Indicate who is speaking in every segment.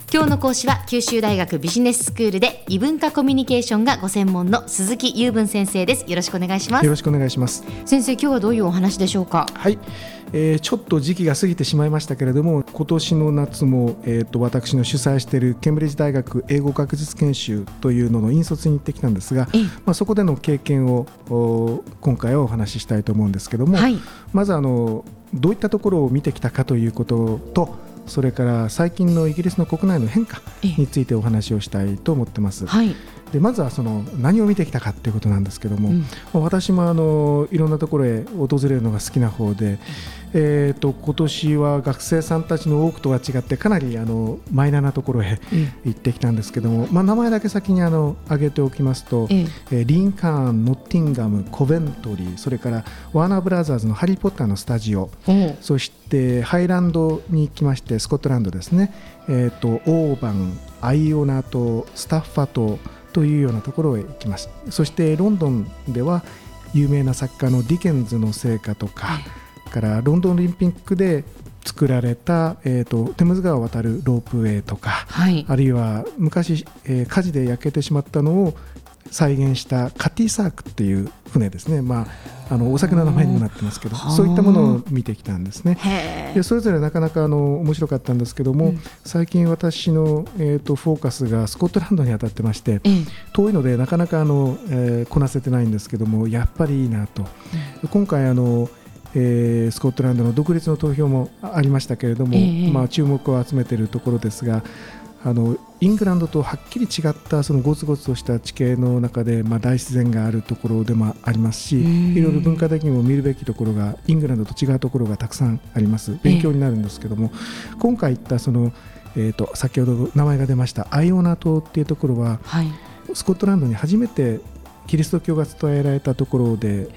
Speaker 1: 今日の講師は九州大学ビジネススクールで異文化コミュニケーションがご専門の鈴木雄文先生です。よろしくお願いします。
Speaker 2: よろしくお願いします。
Speaker 1: 先生、今日はどういうお話でしょうか？
Speaker 2: はい、ちょっと時期が過ぎてしまいましたけれども、今年の夏も、私の主催しているケンブリッジ大学英語学術研修というのの引率に行ってきたんですが、そこでの経験を今回はお話ししたいと思うんですけども、はい、まずどういったところを見てきたかということと、それから最近のイギリスの国内の変化についてお話をしたいと思ってます。はい、でまずは何を見てきたかということなんですけども、私もいろんなところへ訪れるのが好きな方で、今年は学生さんたちの多くとは違ってかなりマイナーなところへ行ってきたんですけども、名前だけ先に挙げておきますと、リンカーン、ノッティンガム、コベントリー、それからワーナーブラザーズのハリーポッターのスタジオ、そしてハイランドに行きまして、スコットランドですね、オーバン、アイオナ島、スタッファ島というようなところへ行きます。そしてロンドンでは有名な作家のディケンズの生家とか、からロンドンオリンピックで作られた、テムズ川を渡るロープウェイとか、はい、あるいは昔、火事で焼けてしまったのを再現したカティサークっていう船ですね、お酒の名前にもなってますけど、そういったものを見てきたんですね。でそれぞれなかなか面白かったんですけども、最近私の、フォーカスがスコットランドに当たってまして、遠いのでなかなかこなせてないんですけども、やっぱりいいなと。今回スコットランドの独立の投票もありましたけれども、注目を集めているところですが、イングランドとはっきり違ったそのゴツゴツとした地形の中で、大自然があるところでもありますし、いろいろ文化的にも見るべきところがイングランドと違うところがたくさんあります。勉強になるんですけども、今回行った先ほど名前が出ましたアイオナ島っていうところは、はい、スコットランドに初めてキリスト教が伝えられたところです。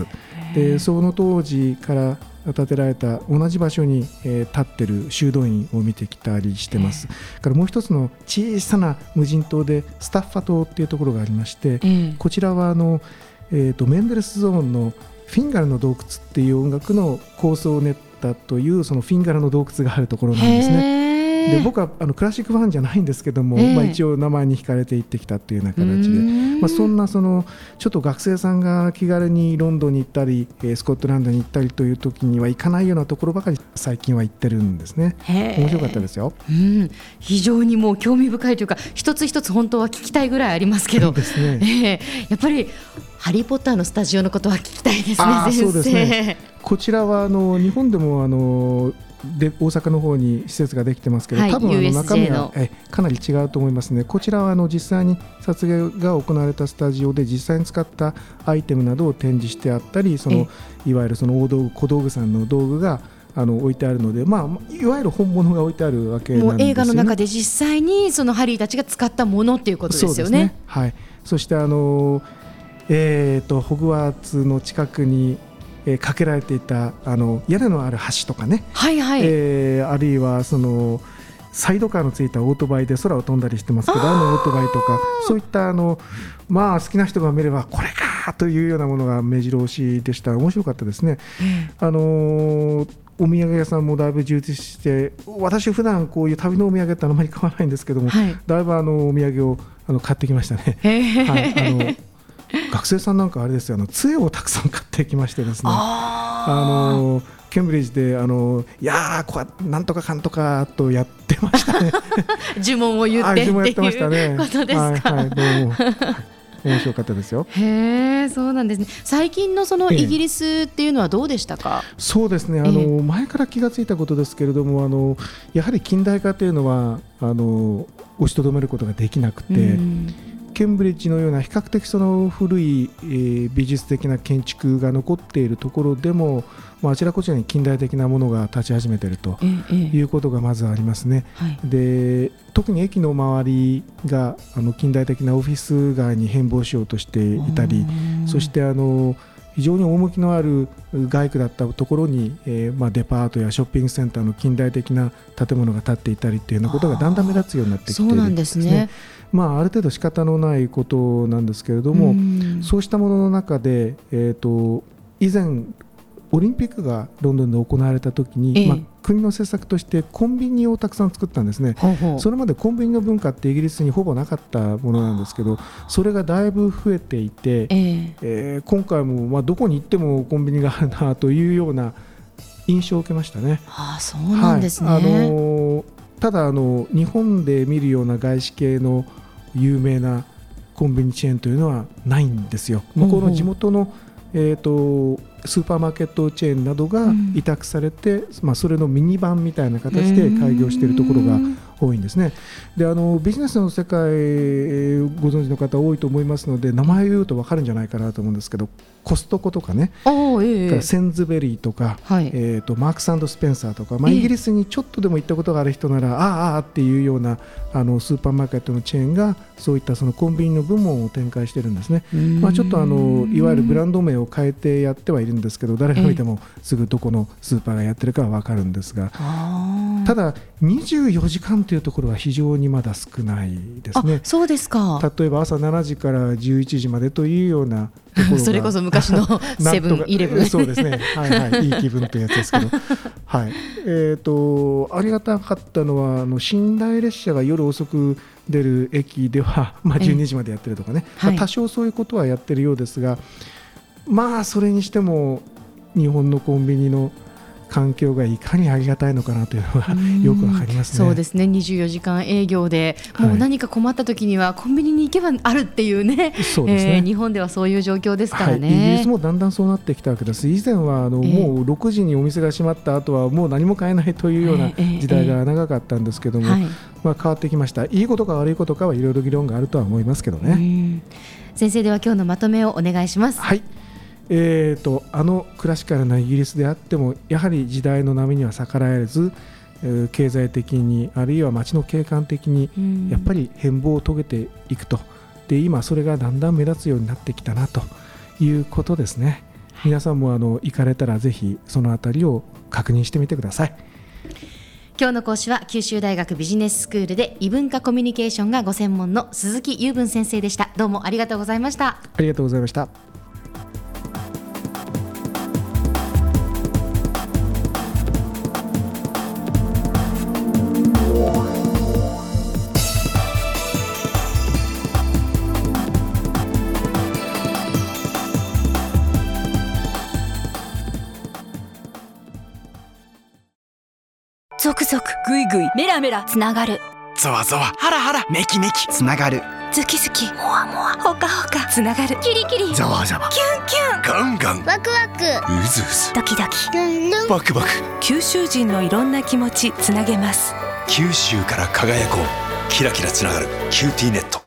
Speaker 2: でその当時から建てられた同じ場所に、立ってる修道院を見てきたりしてます。からもう一つの小さな無人島でスタッファ島っていうところがありまして、こちらはメンデルスゾーンのフィンガルの洞窟っていう音楽の構想を練ったというそのフィンガルの洞窟があるところなんですね。で僕はクラシックファンじゃないんですけども、一応名前に惹かれて行ってきたというような形で、そんなちょっと学生さんが気軽にロンドンに行ったりスコットランドに行ったりという時には行かないようなところばかり最近は行ってるんですね。面白かったですよ。
Speaker 1: 非常にもう興味深いというか、一つ一つ本当は聞きたいぐらいありますけどですね、やっぱりハリーポッターのスタジオのことは聞きたいですね。先生。
Speaker 2: そうですね。こちらは日本でもで大阪の方に施設ができてますけど、多分中身はかなり違うと思いますね。こちらは実際に撮影が行われたスタジオで実際に使ったアイテムなどを展示してあったり、いわゆる大道具、小道具さんの道具が置いてあるので、いわゆる本物が置いてあるわけなんですよね。
Speaker 1: もう映画の中で実際にハリーたちが使ったものっていうことですよね。
Speaker 2: そうですね。はい。そしてホグワーツの近くにかけられていた屋根のある橋とかね、あるいはサイドカーのついたオートバイで空を飛んだりしてますけど、オートバイとかそういった好きな人が見ればこれかというようなものが目白押しでした。面白かったですね。お土産屋さんもだいぶ充実して、私普段こういう旅のお土産ってあまり買わないんですけども、だいぶお土産を買ってきましたね。学生さんなんかあれですよ、杖をたくさん買ってきましてですね、ケンブリッジでいやこうなんとかかんとかとやってましたね。
Speaker 1: 呪文を言ってっていうことですか。
Speaker 2: どうも面白かったですよ。
Speaker 1: そうなんですね。最近のイギリスっていうのはどうでしたか？
Speaker 2: そうですね、前から気がついたことですけれども、やはり近代化というのは押しとどめることができなくて、ケンブリッジのような比較的古い、美術的な建築が残っているところでも、あちらこちらに近代的なものが立ち始めているということがまずありますね。で特に駅の周りが近代的なオフィス街に変貌しようとしていたり、そして非常に趣のある街区だったところに、デパートやショッピングセンターの近代的な建物が建っていたりというようなことがだんだん目立つようになってきているんですね。ある程度仕方のないことなんですけれども、そうしたものの中で、以前オリンピックがロンドンで行われた時に、国の政策としてコンビニをたくさん作ったんですね。それまでコンビニの文化ってイギリスにほぼなかったものなんですけど、それがだいぶ増えていて、今回もどこに行ってもコンビニがあるなというような印象を受けましたね。
Speaker 1: そうなんですね。
Speaker 2: ただ日本で見るような外資系の有名なコンビニチェーンというのはないんですよ。向こうの地元のスーパーマーケットチェーンなどが委託されて、それのミニ版みたいな形で開業しているところが多いんですね。でビジネスの世界ご存知の方多いと思いますので、名前を言うと分かるんじゃないかなと思うんですけど、コストコとかね、センズベリーとか、マークス&スペンサーとか、イギリスにちょっとでも行ったことがある人ならっていうようなスーパーマーケットのチェーンがそういったそのコンビニの部門を展開してるんですね。ちょっといわゆるブランド名を変えてやってはいるんですけど、誰が見てもすぐどこのスーパーがやってるかは分かるんですが、ただ24時間というところは非常にまだ少ないですね。
Speaker 1: そうですか。
Speaker 2: 例えば朝7時から11時までというようなところが
Speaker 1: それこそ昔のセブンイレブン
Speaker 2: そうですね、いい気分というやつですけど、ありがたかったのは寝台列車が夜遅く出る駅では、12時までやってるとかね、多少そういうことはやってるようですが、それにしても日本のコンビニの環境がいかにありがたいのかなというのがよくわかりますね。
Speaker 1: そうですね。24時間営業で、もう何か困った時にはコンビニに行けばあるっていうね。そうですね。日本ではそういう状況ですからね。
Speaker 2: イギリスもだんだんそうなってきたわけです。以前はもう6時にお店が閉まった後はもう何も買えないというような時代が長かったんですけども、変わってきました。いいことか悪いことかはいろいろ議論があるとは思いますけどね。
Speaker 1: 先生、では今日のまとめをお願いします。
Speaker 2: クラシカルなイギリスであってもやはり時代の波には逆らえず、経済的にあるいは街の景観的にやっぱり変貌を遂げていくと。で今それがだんだん目立つようになってきたなということですね。皆さんも行かれたらぜひそのあたりを確認してみてください。
Speaker 1: 今日の講師は九州大学ビジネススクールで異文化コミュニケーションがご専門の鈴木雄文先生でした。どうもありがとうございました。
Speaker 2: ありがとうございました。
Speaker 3: ゾクゾクグイグイメラメラつながる、
Speaker 4: ゾワゾワハラハラメキメキつながる、
Speaker 3: ズキズキモワモワホカホカつながる、キリキリ
Speaker 4: ザワザワ
Speaker 3: キュンキュン
Speaker 4: ガンガン
Speaker 5: ワクワク
Speaker 4: うずうず
Speaker 3: ドキドキ
Speaker 5: ルンルン
Speaker 4: バクバク、
Speaker 3: 九州人のいろんな気持ちつなげます。
Speaker 4: 九州から輝こう、キラキラつながるキューティーネット。